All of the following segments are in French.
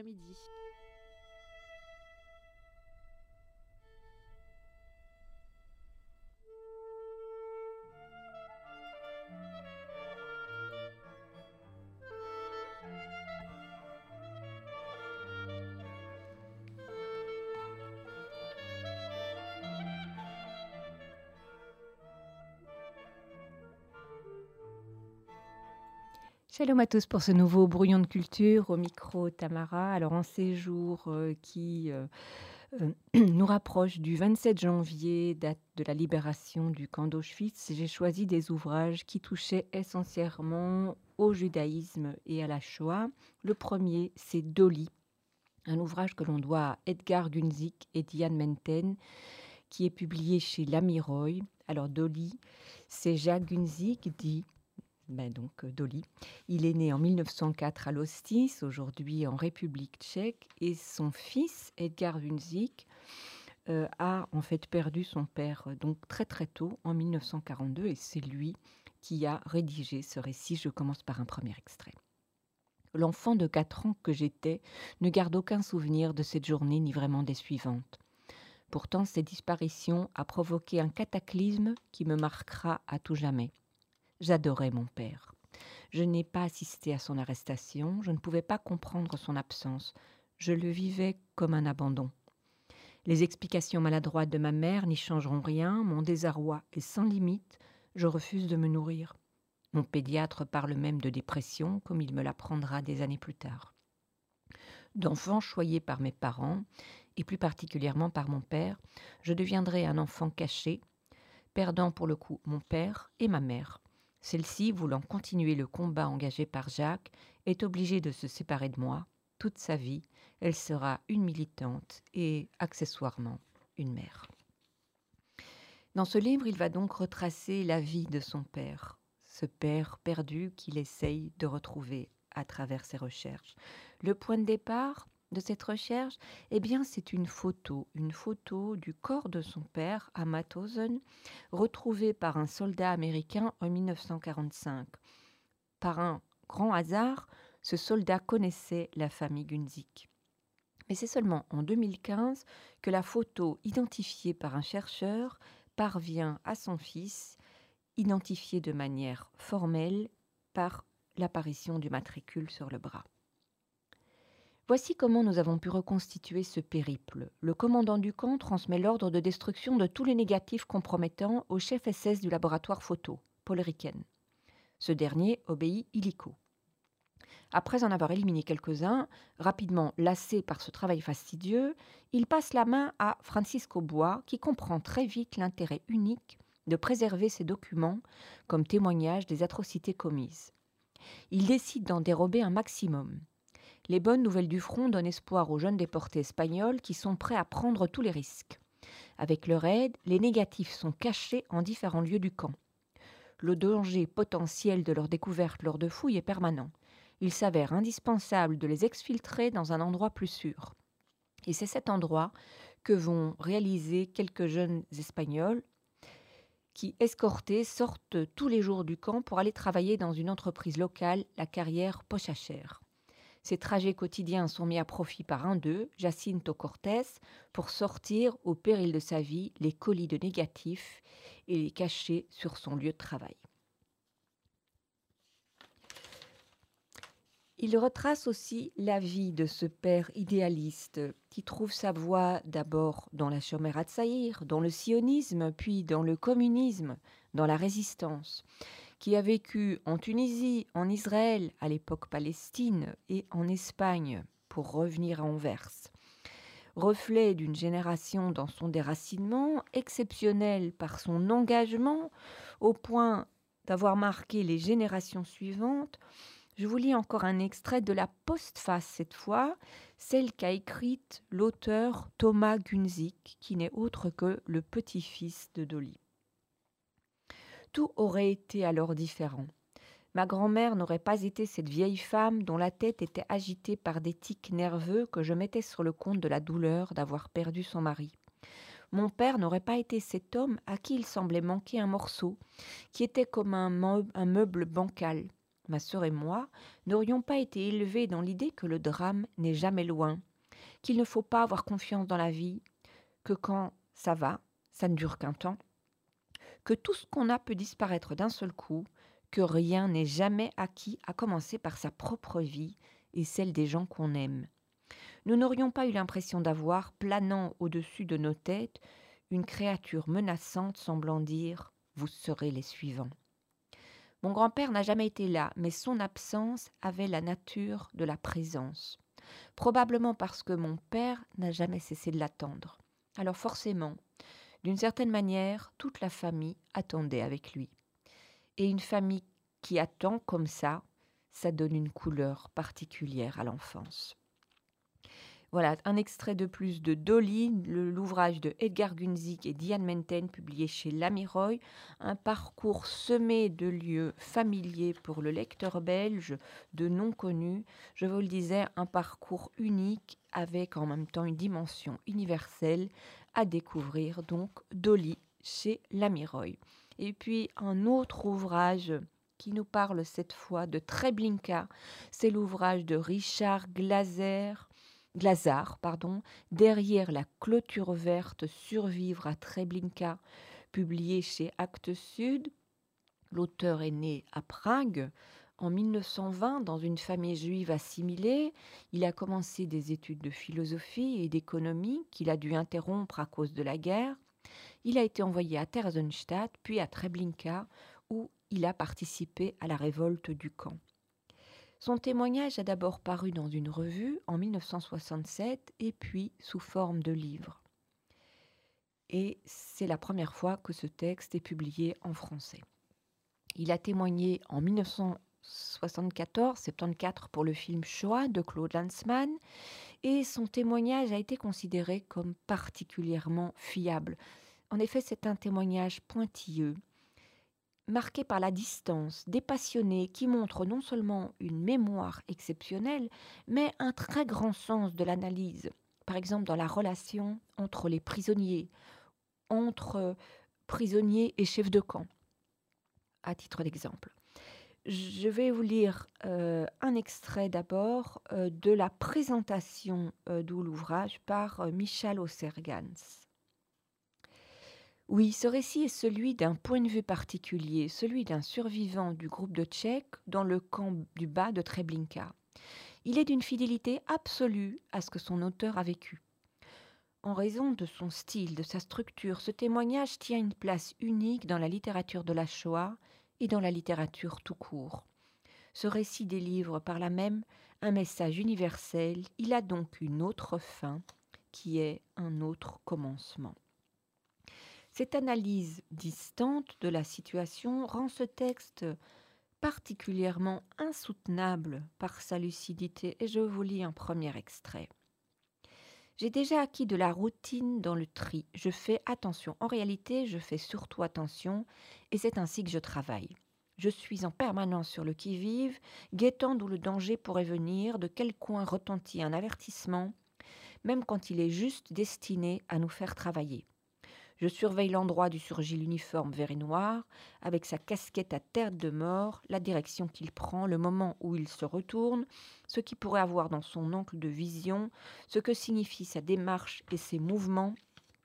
après-midi. Shalom à tous pour ce nouveau brouillon de culture au micro Tamara. Alors en séjour qui nous rapproche du 27 janvier, date de la libération du camp d'Auschwitz, j'ai choisi des ouvrages qui touchaient essentiellement au judaïsme et à la Shoah. Le premier, c'est Dolly, un ouvrage que l'on doit à Edgar Günzig et Diane Menten, qui est publié chez Lamiroy. Alors Dolly, c'est Jacques Günzig, dit Dolly. Il est né en 1904 à Lostis, aujourd'hui en République tchèque, et son fils, Edgar Günzig, a en fait perdu son père donc très très tôt, en 1942, et c'est lui qui a rédigé ce récit. Je commence par un premier extrait. L'enfant de 4 ans que j'étais ne garde aucun souvenir de cette journée ni vraiment des suivantes. Pourtant, cette disparition a provoqué un cataclysme qui me marquera à tout jamais. J'adorais mon père. Je n'ai pas assisté à son arrestation, je ne pouvais pas comprendre son absence. Je le vivais comme un abandon. Les explications maladroites de ma mère n'y changeront rien, mon désarroi est sans limite, je refuse de me nourrir. Mon pédiatre parle même de dépression, comme il me l'apprendra des années plus tard. D'enfant choyé par mes parents, et plus particulièrement par mon père, je deviendrai un enfant caché, perdant pour le coup mon père et ma mère. Celle-ci, voulant continuer le combat engagé par Jacques, est obligée de se séparer de moi. Toute sa vie, elle sera une militante et, accessoirement, une mère. Dans ce livre, il va donc retracer la vie de son père, ce père perdu qu'il essaye de retrouver à travers ses recherches. Le point de départ de cette recherche, eh bien, c'est une photo du corps de son père à Mauthausen, retrouvé par un soldat américain en 1945. Par un grand hasard, ce soldat connaissait la famille Günzig. Mais c'est seulement en 2015 que la photo identifiée par un chercheur parvient à son fils, identifiée de manière formelle par l'apparition du matricule sur le bras. Voici comment nous avons pu reconstituer ce périple. Le commandant du camp transmet l'ordre de destruction de tous les négatifs compromettants au chef SS du laboratoire photo, Paul Ricken. Ce dernier obéit illico. Après en avoir éliminé quelques-uns, rapidement lassé par ce travail fastidieux, il passe la main à Francisco Bois, qui comprend très vite l'intérêt unique de préserver ces documents comme témoignage des atrocités commises. Il décide d'en dérober un maximum. Les bonnes nouvelles du front donnent espoir aux jeunes déportés espagnols qui sont prêts à prendre tous les risques. Avec leur aide, les négatifs sont cachés en différents lieux du camp. Le danger potentiel de leur découverte lors de fouilles est permanent. Il s'avère indispensable de les exfiltrer dans un endroit plus sûr. Et c'est cet endroit que vont réaliser quelques jeunes Espagnols qui, escortés, sortent tous les jours du camp pour aller travailler dans une entreprise locale, la carrière Pochachère. Ces trajets quotidiens sont mis à profit par un d'eux, Jacinto Cortés, pour sortir, au péril de sa vie, les colis de négatifs et les cacher sur son lieu de travail. Il retrace aussi la vie de ce père idéaliste qui trouve sa voie d'abord dans la Shomer HaTzaïr, dans le sionisme, puis dans le communisme, dans la résistance, qui a vécu en Tunisie, en Israël, à l'époque Palestine, et en Espagne, pour revenir à Anvers. Reflet d'une génération dans son déracinement, exceptionnel par son engagement, au point d'avoir marqué les générations suivantes, je vous lis encore un extrait de la postface cette fois, celle qu'a écrite l'auteur Thomas Günzig, qui n'est autre que le petit-fils de Dolly. Tout aurait été alors différent. Ma grand-mère n'aurait pas été cette vieille femme dont la tête était agitée par des tics nerveux que je mettais sur le compte de la douleur d'avoir perdu son mari. Mon père n'aurait pas été cet homme à qui il semblait manquer un morceau, qui était comme un meuble bancal. ma sœur et moi, n'aurions pas été élevés dans l'idée que le drame n'est jamais loin, qu'il ne faut pas avoir confiance dans la vie, que quand ça va, ça ne dure qu'un temps, que tout ce qu'on a peut disparaître d'un seul coup, que rien n'est jamais acquis à commencer par sa propre vie et celle des gens qu'on aime. Nous n'aurions pas eu l'impression d'avoir, planant au-dessus de nos têtes, une créature menaçante semblant dire « vous serez les suivants ». Mon grand-père n'a jamais été là, mais son absence avait la nature de la présence. Probablement parce que mon père n'a jamais cessé de l'attendre. Alors forcément, d'une certaine manière, toute la famille attendait avec lui. Et une famille qui attend comme ça donne une couleur particulière à l'enfance. Voilà, un extrait de plus de Dolly, l'ouvrage de Edgar Günzig et Diane Menten, publié chez Lamiroy, un parcours semé de lieux familiers pour le lecteur belge, de noms connus. Je vous le disais, un parcours unique avec en même temps une dimension universelle à découvrir, donc Dolly chez Lamiroy. Et puis un autre ouvrage qui nous parle cette fois de Treblinka, c'est l'ouvrage de Richard Glazard, Derrière la clôture verte, survivre à Treblinka, publié chez Actes Sud. L'auteur est né à Prague en 1920 dans une famille juive assimilée. Il a commencé des études de philosophie et d'économie qu'il a dû interrompre à cause de la guerre. Il a été envoyé à Theresienstadt, puis à Treblinka, où il a participé à la révolte du camp. Son témoignage a d'abord paru dans une revue en 1967 et puis sous forme de livre. Et c'est la première fois que ce texte est publié en français. Il a témoigné en 1974 pour le film Shoah de Claude Lanzmann et son témoignage a été considéré comme particulièrement fiable. En effet, c'est un témoignage pointilleux, marqué par la distance, dépassionné, qui montre non seulement une mémoire exceptionnelle, mais un très grand sens de l'analyse. Par exemple, dans la relation entre les prisonniers, entre prisonniers et chefs de camp, à titre d'exemple. Je vais vous lire un extrait d'abord de la présentation de l'ouvrage par Michal Ossergans. Oui, ce récit est celui d'un point de vue particulier, celui d'un survivant du groupe de Tchèques dans le camp du bas de Treblinka. Il est d'une fidélité absolue à ce que son auteur a vécu. En raison de son style, de sa structure, ce témoignage tient une place unique dans la littérature de la Shoah et dans la littérature tout court. Ce récit délivre par là même un message universel. Il a donc une autre fin qui est un autre commencement. Cette analyse distante de la situation rend ce texte particulièrement insoutenable par sa lucidité et je vous lis un premier extrait. J'ai déjà acquis de la routine dans le tri. Je fais attention. En réalité, je fais surtout attention et c'est ainsi que je travaille. Je suis en permanence sur le qui-vive, guettant d'où le danger pourrait venir, de quel coin retentit un avertissement, même quand il est juste destiné à nous faire travailler. Je surveille l'endroit d'où surgit l'uniforme vert et noir, avec sa casquette à tête de mort, la direction qu'il prend, le moment où il se retourne, ce qu'il pourrait avoir dans son angle de vision, ce que signifient sa démarche et ses mouvements.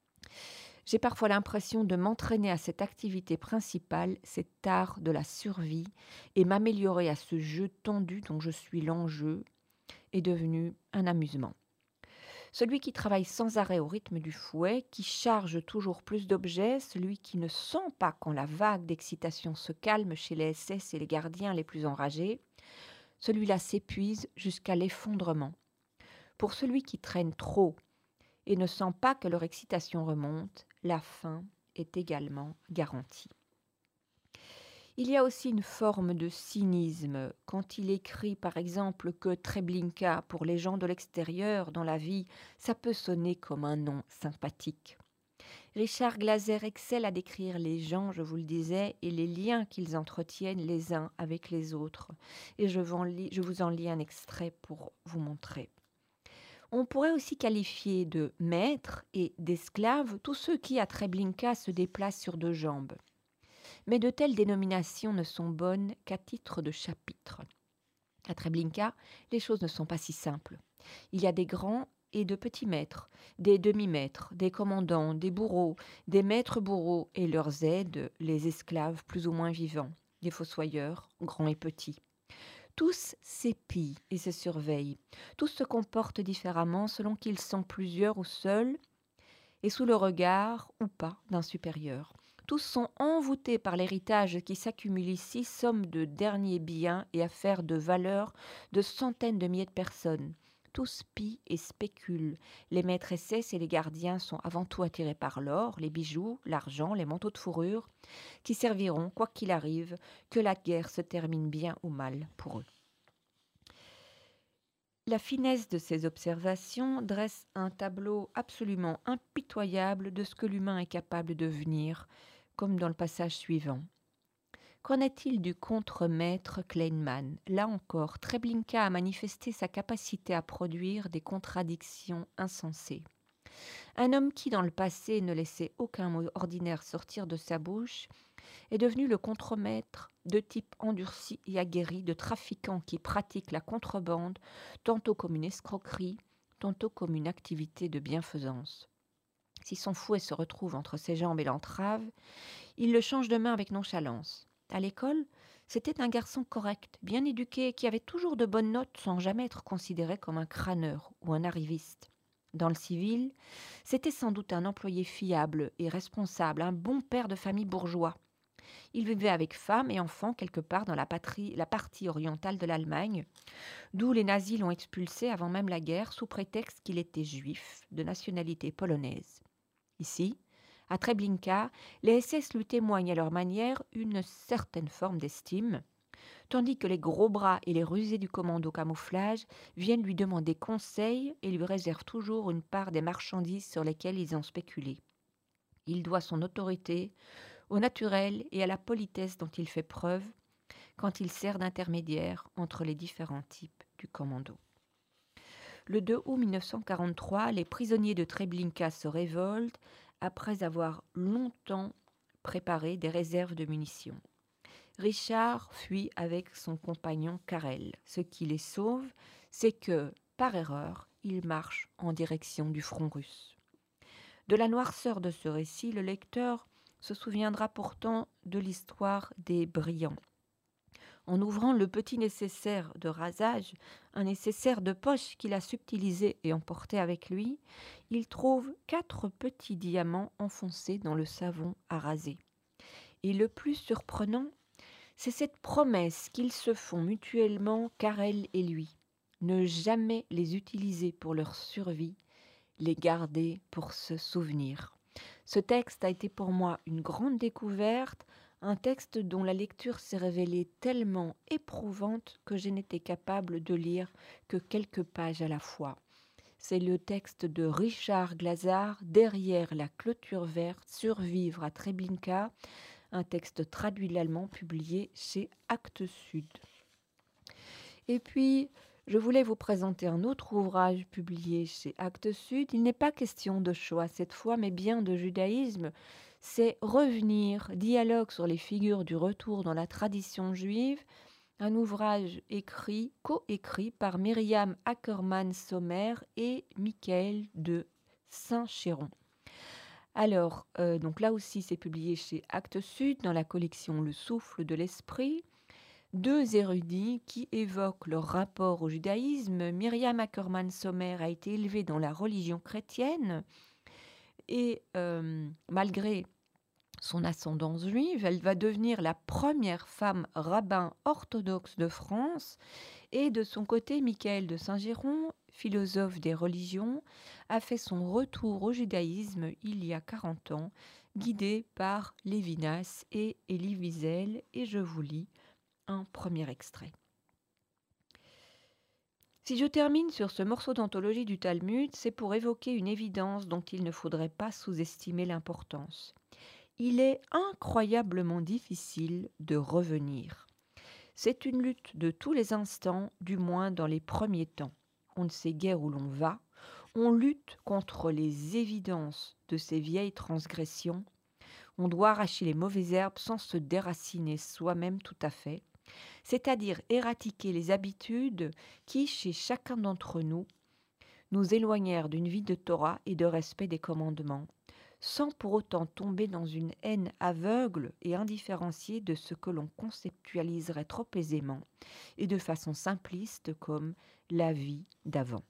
J'ai parfois l'impression de m'entraîner à cette activité principale, cet art de la survie, et m'améliorer à ce jeu tendu dont je suis l'enjeu, est devenu un amusement. Celui qui travaille sans arrêt au rythme du fouet, qui charge toujours plus d'objets, celui qui ne sent pas quand la vague d'excitation se calme chez les SS et les gardiens les plus enragés, celui-là s'épuise jusqu'à l'effondrement. Pour celui qui traîne trop et ne sent pas que leur excitation remonte, la fin est également garantie. Il y a aussi une forme de cynisme quand il écrit par exemple que Treblinka, pour les gens de l'extérieur, dans la vie, ça peut sonner comme un nom sympathique. Richard Glaser excelle à décrire les gens, je vous le disais, et les liens qu'ils entretiennent les uns avec les autres. Et je vous en lis un extrait pour vous montrer. On pourrait aussi qualifier de maîtres et d'esclaves tous ceux qui, à Treblinka, se déplacent sur deux jambes. Mais de telles dénominations ne sont bonnes qu'à titre de chapitre. À Treblinka, les choses ne sont pas si simples. Il y a des grands et de petits maîtres, des demi-maîtres, des commandants, des bourreaux, des maîtres bourreaux et leurs aides, les esclaves plus ou moins vivants, des fossoyeurs, grands et petits. Tous s'épient et se surveillent. Tous se comportent différemment selon qu'ils sont plusieurs ou seuls et sous le regard ou pas d'un supérieur. Tous sont envoûtés par l'héritage qui s'accumule ici, somme de derniers biens et affaires de valeur de centaines de milliers de personnes. Tous pillent et spéculent. Les maîtresses et les gardiens sont avant tout attirés par l'or, les bijoux, l'argent, les manteaux de fourrure, qui serviront, quoi qu'il arrive, que la guerre se termine bien ou mal pour eux. La finesse de ces observations dresse un tableau absolument impitoyable de ce que l'humain est capable de devenir, comme dans le passage suivant. Qu'en est-il du contremaître Kleinmann? Là encore, Treblinka a manifesté sa capacité à produire des contradictions insensées. Un homme qui, dans le passé, ne laissait aucun mot ordinaire sortir de sa bouche, est devenu le contremaître de type endurci et aguerri de trafiquants qui pratiquent la contrebande, tantôt comme une escroquerie, tantôt comme une activité de bienfaisance. Si son fouet se retrouve entre ses jambes et l'entrave, il le change de main avec nonchalance. À l'école, c'était un garçon correct, bien éduqué, qui avait toujours de bonnes notes sans jamais être considéré comme un crâneur ou un arriviste. Dans le civil, c'était sans doute un employé fiable et responsable, un bon père de famille bourgeois. Il vivait avec femme et enfants quelque part dans la partie orientale de l'Allemagne, d'où les nazis l'ont expulsé avant même la guerre sous prétexte qu'il était juif de nationalité polonaise. Ici, à Treblinka, les SS lui témoignent à leur manière une certaine forme d'estime, tandis que les gros bras et les rusés du commando camouflage viennent lui demander conseil et lui réservent toujours une part des marchandises sur lesquelles ils ont spéculé. Il doit son autorité au naturel et à la politesse dont il fait preuve quand il sert d'intermédiaire entre les différents types du commando. Le 2 août 1943, les prisonniers de Treblinka se révoltent après avoir longtemps préparé des réserves de munitions. Richard fuit avec son compagnon Karel. Ce qui les sauve, c'est que, par erreur, ils marchent en direction du front russe. De la noirceur de ce récit, le lecteur se souviendra pourtant de l'histoire des brillants. En ouvrant le petit nécessaire de rasage, un nécessaire de poche qu'il a subtilisé et emporté avec lui, il trouve 4 petits diamants enfoncés dans le savon à raser. Et le plus surprenant, c'est cette promesse qu'ils se font mutuellement, Karel et lui, ne jamais les utiliser pour leur survie, les garder pour se souvenir. Ce texte a été pour moi une grande découverte, un texte dont la lecture s'est révélée tellement éprouvante que je n'étais capable de lire que quelques pages à la fois. C'est le texte de Richard Glazard, Derrière la clôture verte, Survivre à Treblinka, un texte traduit de l'allemand publié chez Actes Sud. Et puis, je voulais vous présenter un autre ouvrage publié chez Actes Sud. Il n'est pas question de choix cette fois, mais bien de judaïsme. C'est Revenir, dialogue sur les figures du retour dans la tradition juive, un ouvrage coécrit par Myriam Ackerman-Sommer et Michael de Saint-Chéron. Alors, donc là aussi, c'est publié chez Actes Sud dans la collection Le Souffle de l'Esprit. 2 érudits qui évoquent leur rapport au judaïsme. Myriam Ackerman-Sommer a été élevée dans la religion chrétienne et malgré son ascendance juive, elle va devenir la première femme rabbin orthodoxe de France. Et de son côté, Michael de Saint-Géron, philosophe des religions, a fait son retour au judaïsme il y a 40 ans, guidé par Lévinas et Elie Wiesel. Et je vous lis un premier extrait. Si je termine sur ce morceau d'anthologie du Talmud, c'est pour évoquer une évidence dont il ne faudrait pas sous-estimer l'importance. Il est incroyablement difficile de revenir. C'est une lutte de tous les instants, du moins dans les premiers temps. On ne sait guère où l'on va, on lutte contre les évidences de ces vieilles transgressions, On doit arracher les mauvaises herbes sans se déraciner soi-même tout à fait, c'est-à-dire éradiquer les habitudes qui, chez chacun d'entre nous éloignèrent d'une vie de Torah et de respect des commandements, sans pour autant tomber dans une haine aveugle et indifférenciée de ce que l'on conceptualiserait trop aisément et de façon simpliste comme la vie d'avant.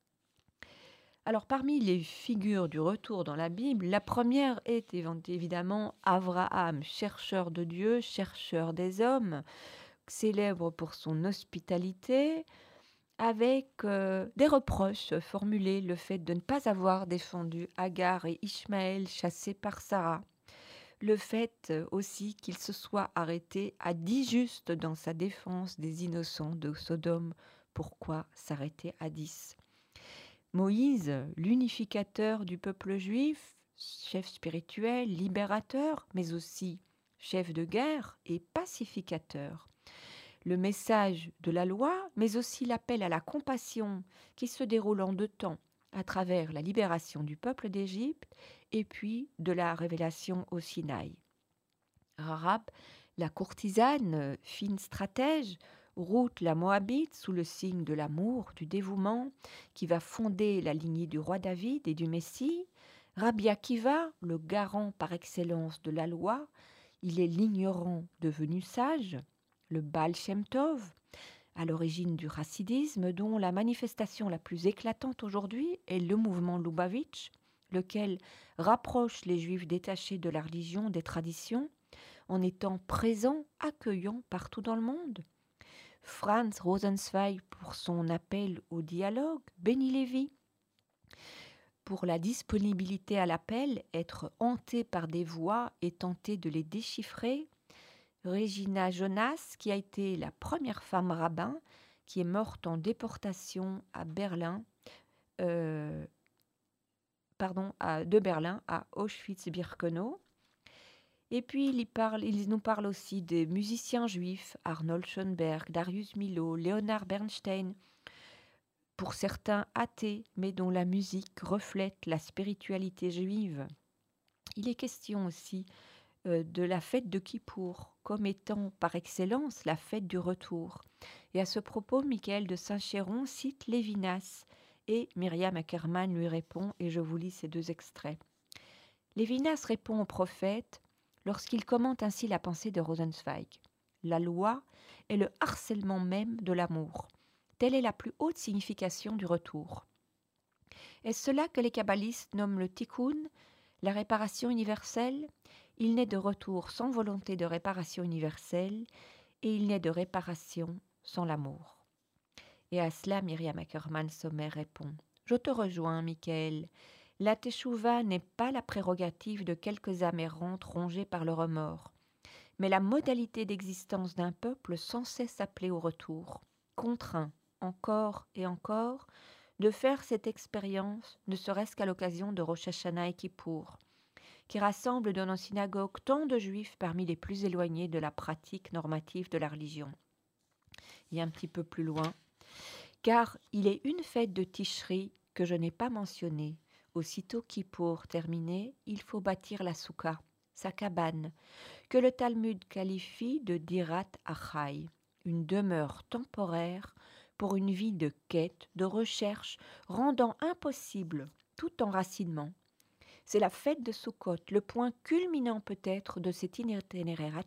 Alors parmi les figures du retour dans la Bible, la première est évidemment Abraham, chercheur de Dieu, chercheur des hommes, célèbre pour son hospitalité, avec des reproches formulés, le fait de ne pas avoir défendu Agar et Ishmaël chassés par Sarah, le fait aussi qu'il se soit arrêté à 10 justes dans sa défense des innocents de Sodome. Pourquoi s'arrêter à 10 ? Moïse, l'unificateur du peuple juif, chef spirituel, libérateur, mais aussi chef de guerre et pacificateur. Le message de la loi, mais aussi l'appel à la compassion qui se déroule en 2 temps, à travers la libération du peuple d'Égypte et puis de la révélation au Sinaï. Rahab, la courtisane, fine stratège, Ruth la Moabite sous le signe de l'amour, du dévouement, qui va fonder la lignée du roi David et du Messie. Rabbi Akiva, le garant par excellence de la loi, il est l'ignorant devenu sage. Le Baal Shem Tov, à l'origine du chassidisme, dont la manifestation la plus éclatante aujourd'hui est le mouvement Lubavitch, lequel rapproche les Juifs détachés de la religion, des traditions, en étant présent, accueillant partout dans le monde. Franz Rosenzweig pour son appel au dialogue, Benny Lévy pour la disponibilité à l'appel, être hanté par des voix et tenter de les déchiffrer. Regina Jonas, qui a été la première femme rabbin, qui est morte en déportation à Berlin, de Berlin à Auschwitz-Birkenau. Et puis il nous parle aussi des musiciens juifs, Arnold Schoenberg, Darius Milhaud, Leonard Bernstein, pour certains athées, mais dont la musique reflète la spiritualité juive. Il est question aussi de la fête de Kippour, comme étant par excellence la fête du retour. Et à ce propos, Michael de Saint-Chéron cite Lévinas, et Myriam Ackerman lui répond, et je vous lis ces 2 extraits. Lévinas répond au prophète lorsqu'il commente ainsi la pensée de Rosenzweig. La loi est le harcèlement même de l'amour. Telle est la plus haute signification du retour. Est-ce cela que les kabbalistes nomment le tikkun, la réparation universelle ? Il n'est de retour sans volonté de réparation universelle et il n'est de réparation sans l'amour. Et à cela, Myriam Ackerman-Sommer répond « Je te rejoins, Michael. La teshuva n'est pas la prérogative de quelques âmes errantes rongées par le remords, mais la modalité d'existence d'un peuple sans cesse appelé au retour, contraint, encore et encore, de faire cette expérience, ne serait-ce qu'à l'occasion de Rosh Hashanah et Kippour, qui rassemble dans nos synagogues tant de juifs parmi les plus éloignés de la pratique normative de la religion. Et un petit peu plus loin, car il est une fête de Tishri que je n'ai pas mentionnée. Aussitôt Kippour terminé, il faut bâtir la soukha, sa cabane, que le Talmud qualifie de Dirat Achai, une demeure temporaire pour une vie de quête, de recherche, rendant impossible tout enracinement. C'est la fête de Sukkot, le point culminant peut-être de cet itinéraire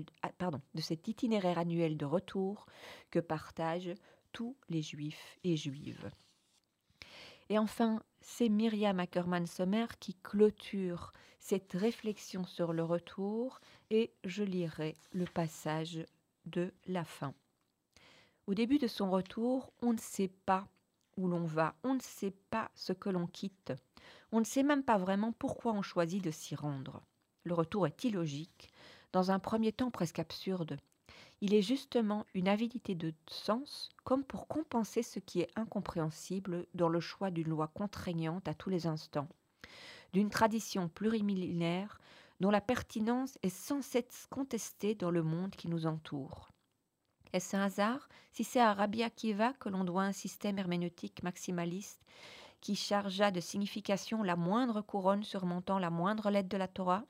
annuel de retour que partagent tous les juifs et juives. Et enfin, c'est Myriam Ackerman-Sommer qui clôture cette réflexion sur le retour et je lirai le passage de la fin. Au début de son retour, on ne sait pas où l'on va, on ne sait pas ce que l'on quitte, on ne sait même pas vraiment pourquoi on choisit de s'y rendre. Le retour est illogique, dans un premier temps presque absurde. Il est justement une avidité de sens, comme pour compenser ce qui est incompréhensible dans le choix d'une loi contraignante à tous les instants, d'une tradition plurimillénaire dont la pertinence est sans cesse contestée dans le monde qui nous entoure. Est-ce un hasard si c'est à Rabbi Akiva que l'on doit un système herméneutique maximaliste qui chargea de signification la moindre couronne surmontant la moindre lettre de la Torah ?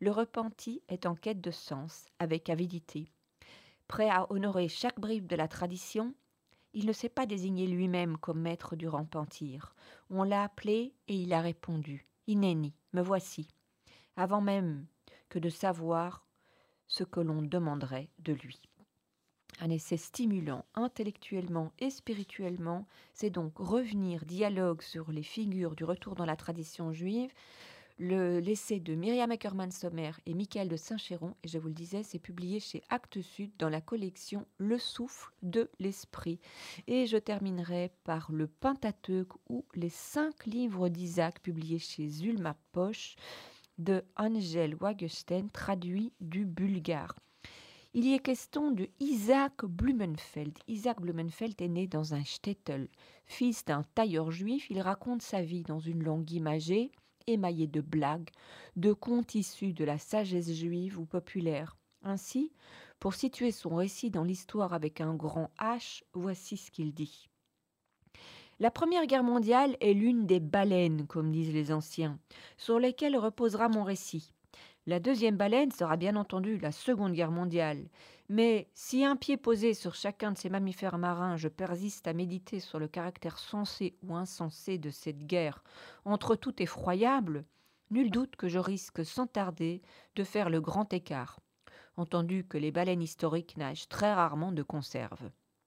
Le repenti est en quête de sens, avec avidité. Prêt à honorer chaque bribe de la tradition, il ne s'est pas désigné lui-même comme maître du repentir. On l'a appelé et il a répondu. Inéni, me voici, avant même que de savoir ce que l'on demanderait de lui. Un essai stimulant intellectuellement et spirituellement, c'est donc revenir dialogue sur les figures du retour dans la tradition juive. L'essai de Myriam Ackerman-Sommer et Michael de Saint-Chéron, et je vous le disais, c'est publié chez Actes Sud dans la collection Le souffle de l'esprit. Et je terminerai par le Pentateuque ou les 5 livres d'Isaac, publiés chez Zulma Poche de Angel Wagenstein, traduit du bulgare. Il y est question de Isaac Blumenfeld. Isaac Blumenfeld est né dans un shtetl. Fils d'un tailleur juif, il raconte sa vie dans une langue imagée, émaillée de blagues, de contes issus de la sagesse juive ou populaire. Ainsi, pour situer son récit dans l'histoire avec un grand H, voici ce qu'il dit. La Première Guerre mondiale est l'une des baleines, comme disent les anciens, sur lesquelles reposera mon récit. La deuxième baleine sera bien entendu la Seconde Guerre mondiale. Mais si un pied posé sur chacun de ces mammifères marins, je persiste à méditer sur le caractère sensé ou insensé de cette guerre, entre tout effroyable, nul doute que je risque sans tarder de faire le grand écart, entendu que les baleines historiques nagent très rarement de conserve.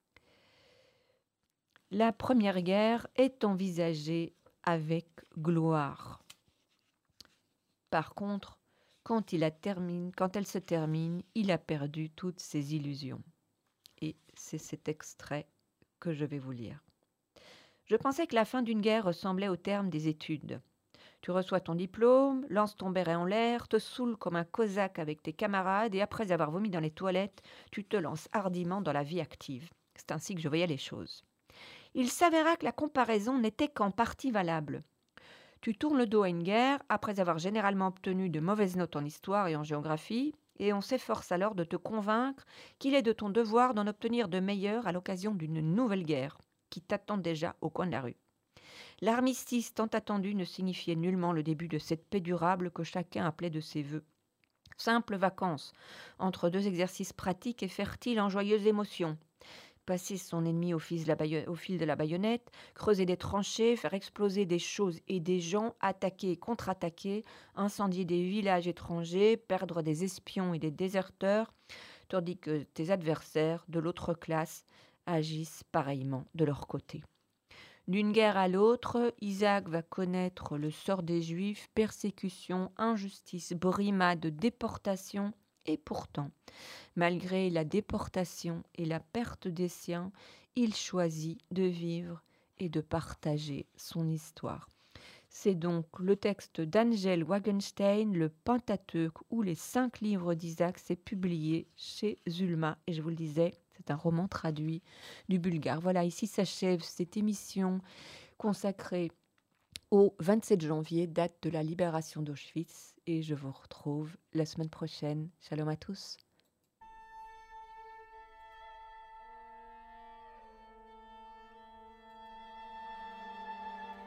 La Première Guerre est envisagée avec gloire. Par contre, quand elle se termine, il a perdu toutes ses illusions. Et c'est cet extrait que je vais vous lire. Je pensais que la fin d'une guerre ressemblait au terme des études. Tu reçois ton diplôme, lances ton béret en l'air, te saoules comme un cosaque avec tes camarades et après avoir vomi dans les toilettes, tu te lances hardiment dans la vie active. C'est ainsi que je voyais les choses. Il s'avéra que la comparaison n'était qu'en partie valable. Tu tournes le dos à une guerre après avoir généralement obtenu de mauvaises notes en histoire et en géographie, et on s'efforce alors de te convaincre qu'il est de ton devoir d'en obtenir de meilleures à l'occasion d'une nouvelle guerre qui t'attend déjà au coin de la rue. L'armistice tant attendu ne signifiait nullement le début de cette paix durable que chacun appelait de ses vœux. Simples vacances, entre deux exercices pratiques et fertiles en joyeuses émotions. Passer son ennemi au fil de la baïonnette, creuser des tranchées, faire exploser des choses et des gens, attaquer et contre-attaquer, incendier des villages étrangers, perdre des espions et des déserteurs, tandis que tes adversaires de l'autre classe agissent pareillement de leur côté. D'une guerre à l'autre, Isaac va connaître le sort des Juifs, persécution, injustice, brimade, déportation, et pourtant, malgré la déportation et la perte des siens, il choisit de vivre et de partager son histoire. C'est donc le texte d'Angel Wagenstein, le Pentateuque ou les 5 livres d'Isaac, c'est publié chez Zulma. Et je vous le disais, c'est un roman traduit du bulgare. Voilà, ici s'achève cette émission consacrée au 27 janvier, date de la libération d'Auschwitz. Et je vous retrouve la semaine prochaine. Shalom à tous.